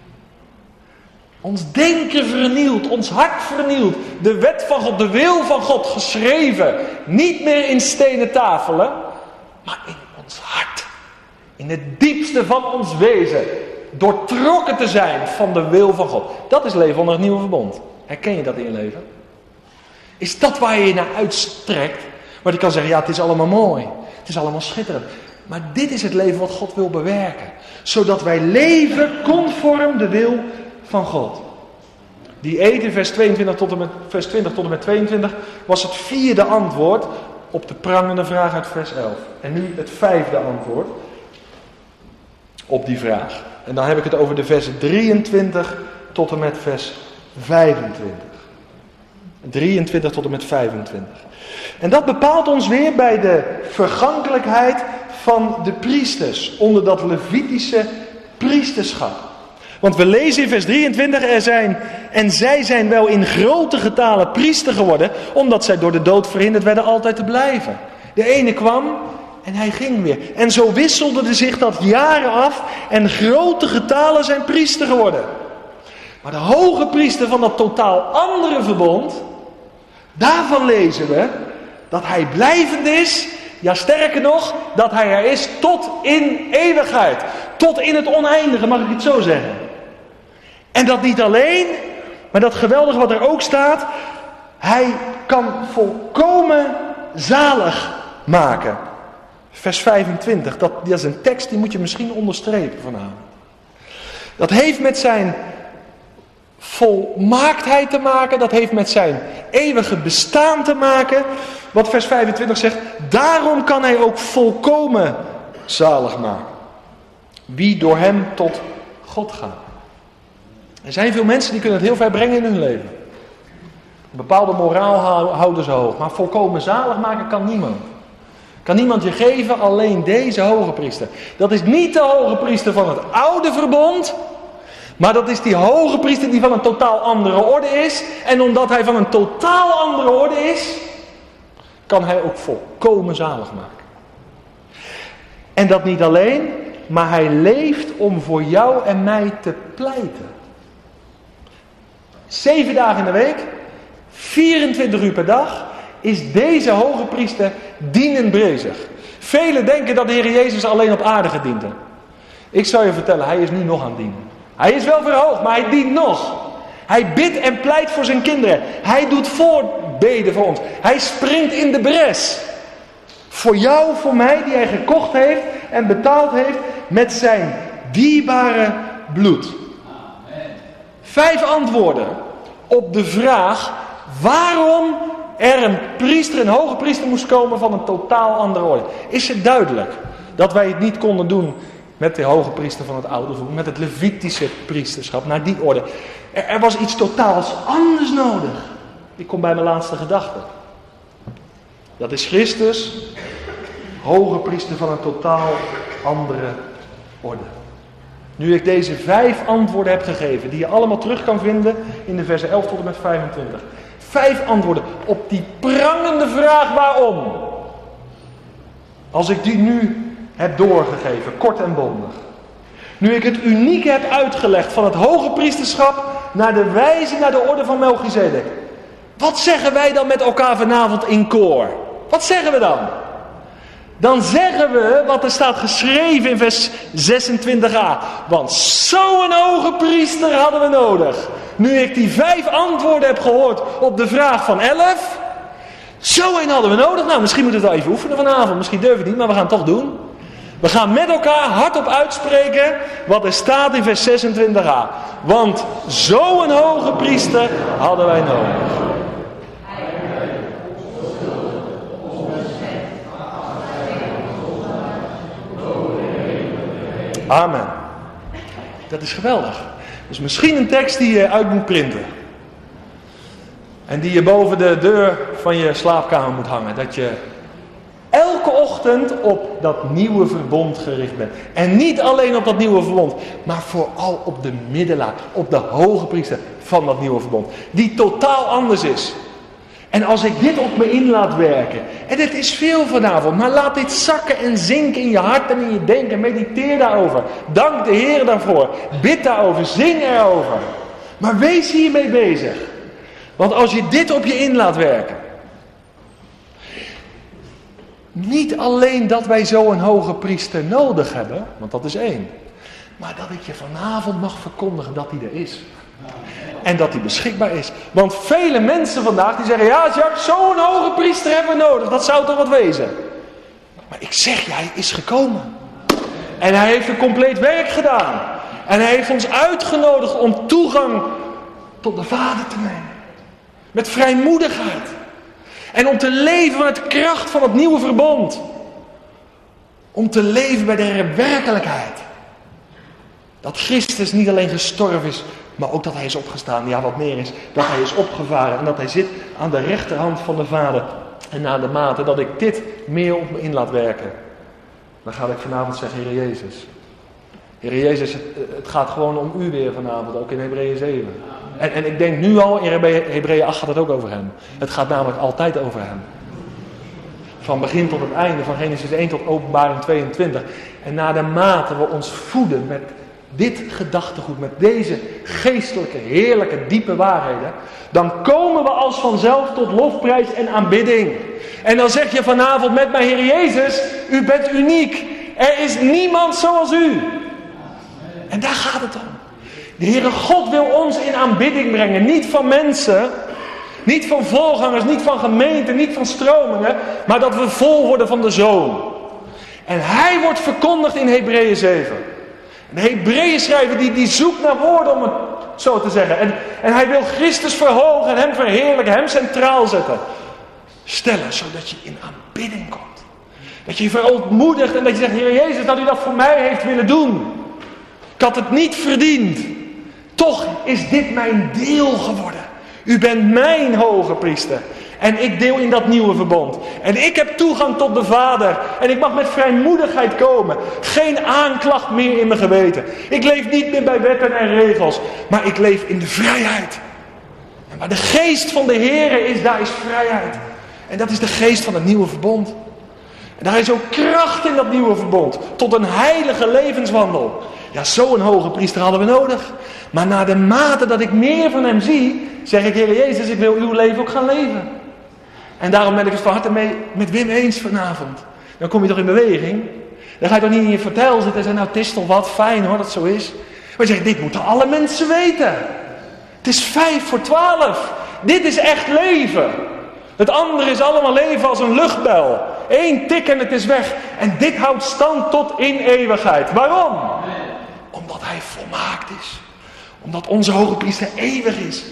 Ons denken vernieuwd, ons hart vernieuwd. De wet van God, de wil van God geschreven. Niet meer in stenen tafelen, maar in ons hart. In het diepste van ons wezen. Doortrokken te zijn van de wil van God. Dat is leven onder het nieuwe verbond. Herken je dat in je leven? Is dat waar je je naar uitstrekt? Maar je kan zeggen, ja, het is allemaal mooi. Het is allemaal schitterend. Maar dit is het leven wat God wil bewerken. Zodat wij leven conform de wil van God. Die eed in vers 22 vers 20 tot en met 22 was het 4e antwoord op de prangende vraag uit vers 11. En nu het 5e antwoord op die vraag. En dan heb ik het over de versen 23 tot en met vers 25. 23 tot en met 25. En dat bepaalt ons weer bij de vergankelijkheid van de priesters onder dat Levitische priesterschap. Want we lezen in vers 23, en zij zijn wel in grote getalen priester geworden, omdat zij door de dood verhinderd werden altijd te blijven. De ene kwam en hij ging weer. En zo wisselde zich dat jaren af en grote getalen zijn priester geworden. Maar de hoge priester van dat totaal andere verbond, daarvan lezen we dat hij blijvend is. Ja, sterker nog, dat hij er is tot in eeuwigheid. Tot in het oneindige, mag ik het zo zeggen. En dat niet alleen, maar dat geweldige wat er ook staat. Hij kan volkomen zalig maken. Vers 25, dat is een tekst die moet je misschien onderstrepen vanavond. Dat heeft met zijn volmaaktheid te maken. Dat heeft met zijn eeuwige bestaan te maken. Wat vers 25 zegt. Daarom kan hij ook volkomen zalig maken. Wie door hem tot God gaat. Er zijn veel mensen die kunnen het heel ver brengen in hun leven. Een bepaalde moraal houden ze hoog. Maar volkomen zalig maken kan niemand. Kan niemand je geven, alleen deze hoge priester. Dat is niet de hoge priester van het oude verbond. Maar dat is die hoge priester die van een totaal andere orde is. En omdat hij van een totaal andere orde is, kan hij ook volkomen zalig maken. En dat niet alleen, maar hij leeft om voor jou en mij te pleiten. 7 dagen in de week, 24 uur per dag, is deze hoge priester dienend bezig. Velen denken dat de Heer Jezus alleen op aarde gediend heeft. Ik zal je vertellen, hij is nu nog aan het dienen. Hij is wel verhoogd, maar hij dient nog. Hij bidt en pleit voor zijn kinderen. Hij doet voorbeden voor ons. Hij springt in de bres. Voor jou, voor mij, die hij gekocht heeft en betaald heeft met zijn dierbare bloed. Amen. 5 antwoorden op de vraag waarom er een hoge priester moest komen van een totaal andere orde. Is het duidelijk dat wij het niet konden doen met de hoge priester van het oude verbond, met het Levitische priesterschap, naar die orde. Er was iets totaals anders nodig. Ik kom bij mijn laatste gedachte. Dat is Christus, hoge priester van een totaal andere orde. Nu ik deze 5 antwoorden heb gegeven, die je allemaal terug kan vinden in de versen 11 tot en met 25. 5 antwoorden op die prangende vraag waarom. Als ik die nu heb doorgegeven, kort en bondig. Nu ik het unieke heb uitgelegd van het hoge priesterschap naar de wijze, naar de orde van Melchizedek. Wat zeggen wij dan met elkaar vanavond in koor? Wat zeggen we dan? Dan zeggen we wat er staat geschreven in vers 26a. Want zo'n hoge priester hadden we nodig. Nu ik die 5 antwoorden heb gehoord op de vraag van 11. Zo een hadden we nodig. Nou, misschien moeten we het wel even oefenen vanavond. Misschien durven we het niet, maar we gaan het toch doen. We gaan met elkaar hardop uitspreken wat er staat in vers 26a. Want zo'n hoge priester hadden wij nodig. Amen. Dat is geweldig. Dus misschien een tekst die je uit moet printen. En die je boven de deur van je slaapkamer moet hangen. Dat je elke ochtend op dat nieuwe verbond gericht bent. En niet alleen op dat nieuwe verbond. Maar vooral op de middelaar. Op de hoge priester van dat nieuwe verbond. Die totaal anders is. En als ik dit op me in laat werken. En het is veel vanavond. Maar laat dit zakken en zinken in je hart en in je denken. Mediteer daarover. Dank de Heer daarvoor. Bid daarover. Zing erover. Maar wees hiermee bezig. Want als je dit op je in laat werken. Niet alleen dat wij zo'n hoge priester nodig hebben. Want dat is één. Maar dat ik je vanavond mag verkondigen dat hij er is. En dat hij beschikbaar is. Want vele mensen vandaag die zeggen. Ja Jacques, zo'n hoge priester hebben we nodig. Dat zou toch wat wezen. Maar ik zeg je, hij is gekomen. En hij heeft een compleet werk gedaan. En hij heeft ons uitgenodigd om toegang tot de Vader te nemen. Met vrijmoedigheid. En om te leven vanuit de kracht van het nieuwe verbond. Om te leven bij de werkelijkheid. Dat Christus niet alleen gestorven is, maar ook dat hij is opgestaan. Ja, wat meer is, dat hij is opgevaren. En dat hij zit aan de rechterhand van de Vader. En naar de mate dat ik dit meer op me in laat werken. Dan ga ik vanavond zeggen, Heer Jezus. Heer Jezus, het gaat gewoon om u weer vanavond, ook in Hebreeën 7. En ik denk nu al, in Hebreeën 8 gaat het ook over hem. Het gaat namelijk altijd over hem. Van begin tot het einde, van Genesis 1 tot Openbaring 22. En naar de mate we ons voeden met dit gedachtegoed, met deze geestelijke, heerlijke, diepe waarheden. Dan komen we als vanzelf tot lofprijs en aanbidding. En dan zeg je vanavond met mij, Heer Jezus, u bent uniek. Er is niemand zoals u. En daar gaat het om. De Heere God wil ons in aanbidding brengen. Niet van mensen. Niet van voorgangers. Niet van gemeenten. Niet van stromingen. Maar dat we vol worden van de Zoon. En hij wordt verkondigd in Hebreeën 7. De Hebreeën schrijver die zoekt naar woorden om het zo te zeggen. En hij wil Christus verhogen en hem verheerlijken. Hem centraal zetten. Stellen zodat je in aanbidding komt. Dat je je verootmoedigt en dat je zegt, Heer Jezus, dat u dat voor mij heeft willen doen. Ik had het niet verdiend. Toch is dit mijn deel geworden. U bent mijn hoge priester. En ik deel in dat nieuwe verbond. En ik heb toegang tot de Vader. En ik mag met vrijmoedigheid komen. Geen aanklacht meer in mijn geweten. Ik leef niet meer bij wetten en regels. Maar ik leef in de vrijheid. En waar de geest van de Heer is, daar is vrijheid. En dat is de geest van het nieuwe verbond. En daar is ook kracht in dat nieuwe verbond. Tot een heilige levenswandel. Ja, zo'n hoge priester hadden we nodig. Maar naar de mate dat ik meer van hem zie, zeg ik, Heer Jezus, ik wil uw leven ook gaan leven. En daarom ben ik het van harte mee met Wim eens vanavond. Dan kom je toch in beweging. Dan ga je toch niet in je vertel zitten en zeggen, nou het is toch wat fijn hoor, dat het zo is. Maar je zegt, dit moeten alle mensen weten. Het is 11:55. Dit is echt leven. Het andere is allemaal leven als een luchtbel. 1 tik en het is weg. En dit houdt stand tot in eeuwigheid. Waarom? Omdat hij volmaakt is. Omdat onze hoge priester eeuwig is.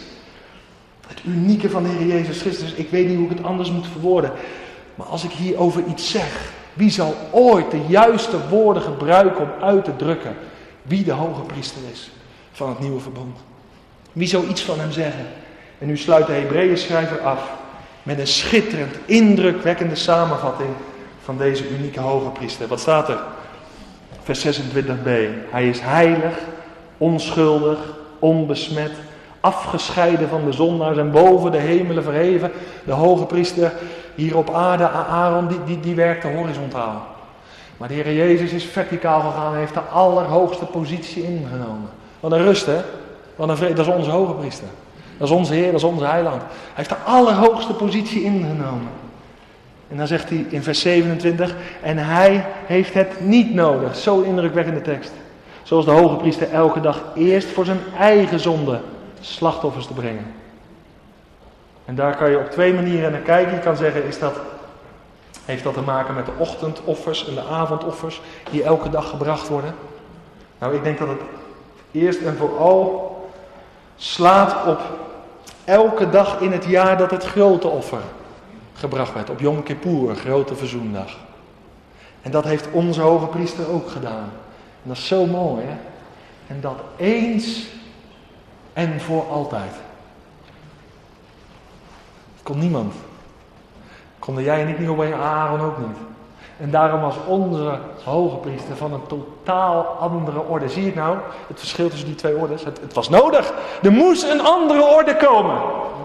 Het unieke van de Heer Jezus Christus. Ik weet niet hoe ik het anders moet verwoorden. Maar als ik hierover iets zeg. Wie zal ooit de juiste woorden gebruiken om uit te drukken. Wie de hoge priester is van het nieuwe verbond. Wie zou iets van hem zeggen. En nu sluit de Hebreeën schrijver af. Met een schitterend, indrukwekkende samenvatting van deze unieke hoge priester. Wat staat er? Vers 26b. Hij is heilig, onschuldig, onbesmet, afgescheiden van de zondaars en boven de hemelen verheven. De hoge priester hier op aarde, Aaron, die werkte horizontaal. Maar de Heer Jezus is verticaal gegaan en heeft de allerhoogste positie ingenomen. Wat een rust, hè? Wat een vrede, dat is onze hoge priester. Dat is onze Heer, dat is onze heiland. Hij heeft de allerhoogste positie ingenomen. En dan zegt hij in vers 27, en hij heeft het niet nodig. Zo'n indrukwekkende tekst. Zoals de hoge priester elke dag eerst voor zijn eigen zonde slachtoffers te brengen. En daar kan je op 2 manieren naar kijken. Je kan zeggen, heeft dat te maken met de ochtendoffers en de avondoffers die elke dag gebracht worden? Nou, ik denk dat het eerst en vooral slaat op elke dag in het jaar dat het grote offer gebracht werd. Op Yom Kippur, grote verzoendag. En dat heeft onze hoge priester ook gedaan. En dat is zo mooi, hè? En dat eens en voor altijd. Het kon niemand. Konden jij en ik niet, en Aaron ook niet. En daarom was onze hoge priester van een totaal andere orde. Zie je het nou? Het verschil tussen die 2 ordes. Het was nodig. Er moest een andere orde komen.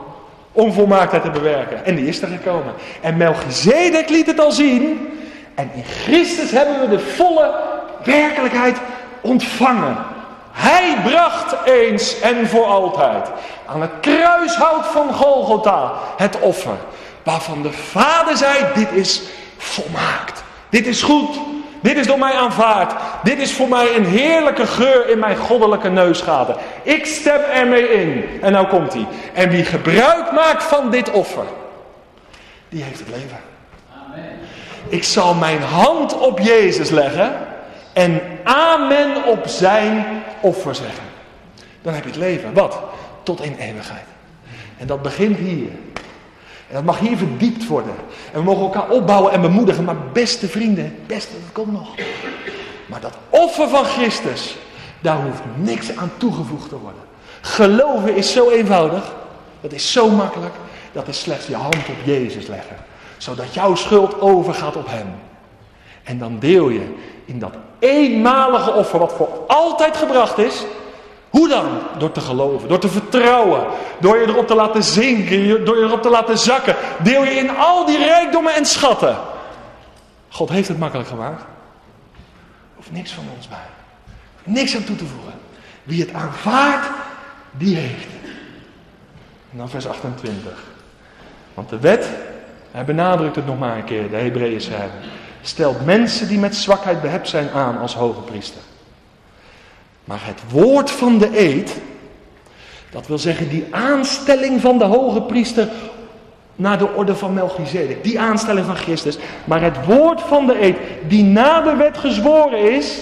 Om volmaaktheid te bewerken. En die is er gekomen. En Melchizedek liet het al zien. En in Christus hebben we de volle werkelijkheid ontvangen. Hij bracht eens en voor altijd aan het kruishout van Golgotha het offer. Waarvan de Vader zei, dit is volmaakt. Dit is goed. Dit is door mij aanvaard. Dit is voor mij een heerlijke geur in mijn goddelijke neusgaten. Ik stem ermee in. En nou komt hij. En wie gebruik maakt van dit offer, die heeft het leven. Amen. Ik zal mijn hand op Jezus leggen en amen op zijn offer zeggen. Dan heb je het leven. Wat? Tot in eeuwigheid. En dat begint hier. En dat mag hier verdiept worden. En we mogen elkaar opbouwen en bemoedigen. Maar beste vrienden, dat komt nog. Maar dat offer van Christus, daar hoeft niks aan toegevoegd te worden. Geloven is zo eenvoudig. Dat is zo makkelijk. Dat is slechts je hand op Jezus leggen. Zodat jouw schuld overgaat op hem. En dan deel je in dat eenmalige offer wat voor altijd gebracht is. Hoe dan? Door te geloven, door te vertrouwen, door je erop te laten zinken, door je erop te laten zakken. Deel je in al die rijkdommen en schatten. God heeft het makkelijk gemaakt. Er hoeft niks van ons bij. Niks aan toe te voegen. Wie het aanvaardt, die heeft het. En dan vers 28. Want de wet, hij benadrukt het nog maar een keer, de Hebreeën schrijver, stelt mensen die met zwakheid behept zijn aan als hoge priester. Maar het woord van de eed, dat wil zeggen die aanstelling van de hoge priester naar de orde van Melchizedek, die aanstelling van Christus. Maar het woord van de eed die na de wet gezworen is,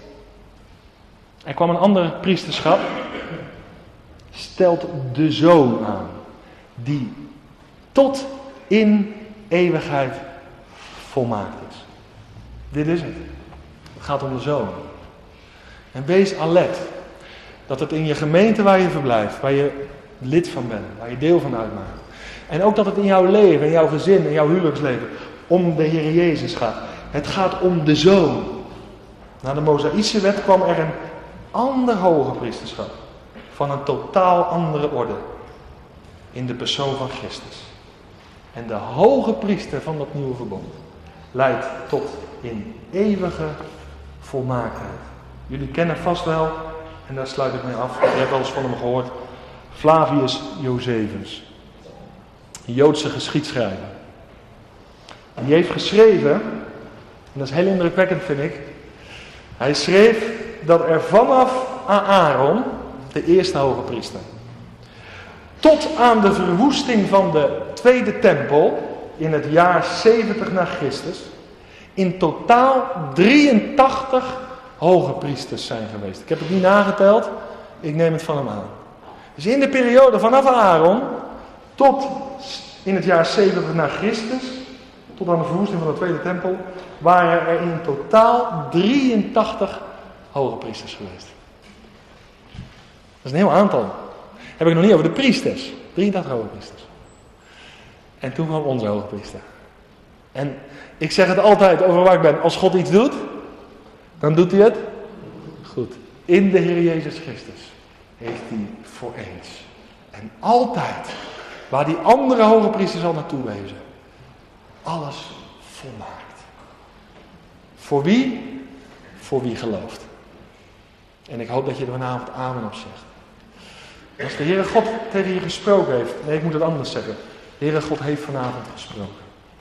er kwam een ander priesterschap, stelt de Zoon aan, die tot in eeuwigheid volmaakt is. Dit is het. Het gaat om de Zoon. En wees alert dat het in je gemeente waar je verblijft, waar je lid van bent, waar je deel van uitmaakt. En ook dat het in jouw leven, in jouw gezin, in jouw huwelijksleven, om de Heer Jezus gaat. Het gaat om de Zoon. Na de Mosaïsche wet kwam er een ander hoge priesterschap. Van een totaal andere orde. In de persoon van Christus. En de hoge priester van dat nieuwe verbond leidt tot in eeuwige volmaaktheid. Jullie kennen vast wel, en daar sluit ik mee af, je hebt wel eens van hem gehoord, Flavius Josephus. Een Joodse geschiedschrijver. En die heeft geschreven, en dat is heel indrukwekkend vind ik, hij schreef dat er vanaf Aaron, de eerste hoge priester, tot aan de verwoesting van de tweede tempel in het jaar 70 na Christus, in totaal 83 hoge priesters zijn geweest. Ik heb het niet nageteld, ik neem het van hem aan. Dus in de periode vanaf Aaron tot in het jaar 70 na Christus, tot aan de verwoesting van de tweede tempel, waren er in totaal 83 hoge priesters geweest. Dat is een heel aantal. Heb ik nog niet over de priesters. 83 hoge priesters. En toen kwam onze hoge priester. En ik zeg het altijd over waar ik ben. Als God iets doet, dan doet hij het goed. In de Heer Jezus Christus heeft hij voor eens. En altijd, waar die andere hoge priesters al naartoe wezen. Alles volmaakt. Voor wie? Voor wie gelooft. En ik hoop dat je er vanavond amen op zegt. Als de Heere God tegen je gesproken heeft. Nee, ik moet het anders zeggen. De Heere God heeft vanavond gesproken.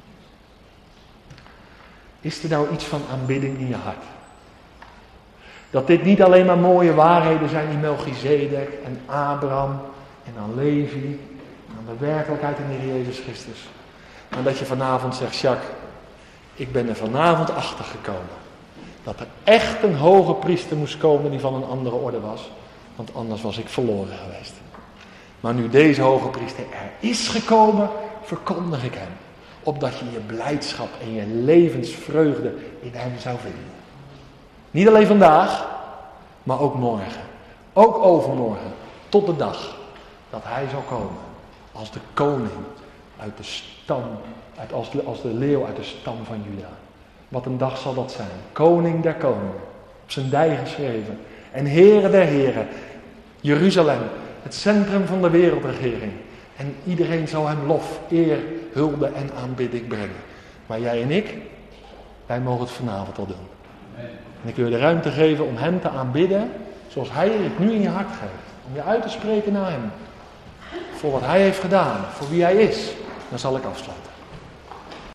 Is er nou iets van aanbidding in je hart? Dat dit niet alleen maar mooie waarheden zijn in Melchizedek en Abraham en dan Levi. Aan de werkelijkheid in de Heer Jezus Christus. En dat je vanavond zegt, Jacques, ik ben er vanavond achter gekomen. Dat er echt een hoge priester moest komen die van een andere orde was. Want anders was ik verloren geweest. Maar nu deze hoge priester er is gekomen, verkondig ik hem. Opdat je je blijdschap en je levensvreugde in hem zou vinden. Niet alleen vandaag, maar ook morgen. Ook overmorgen. Tot de dag dat hij zal komen. Als de koning uit de stam, als de leeuw uit de stam van Juda. Wat een dag zal dat zijn. Koning der koningen. Op zijn dij geschreven. En Heere der heren. Jeruzalem. Het centrum van de wereldregering. En iedereen zal hem lof, eer, hulde en aanbidding brengen. Maar jij en ik, wij mogen het vanavond al doen. En ik wil je de ruimte geven om hem te aanbidden zoals hij het nu in je hart geeft. Om je uit te spreken naar hem. Voor wat hij heeft gedaan, voor wie hij is. Dan zal ik afsluiten.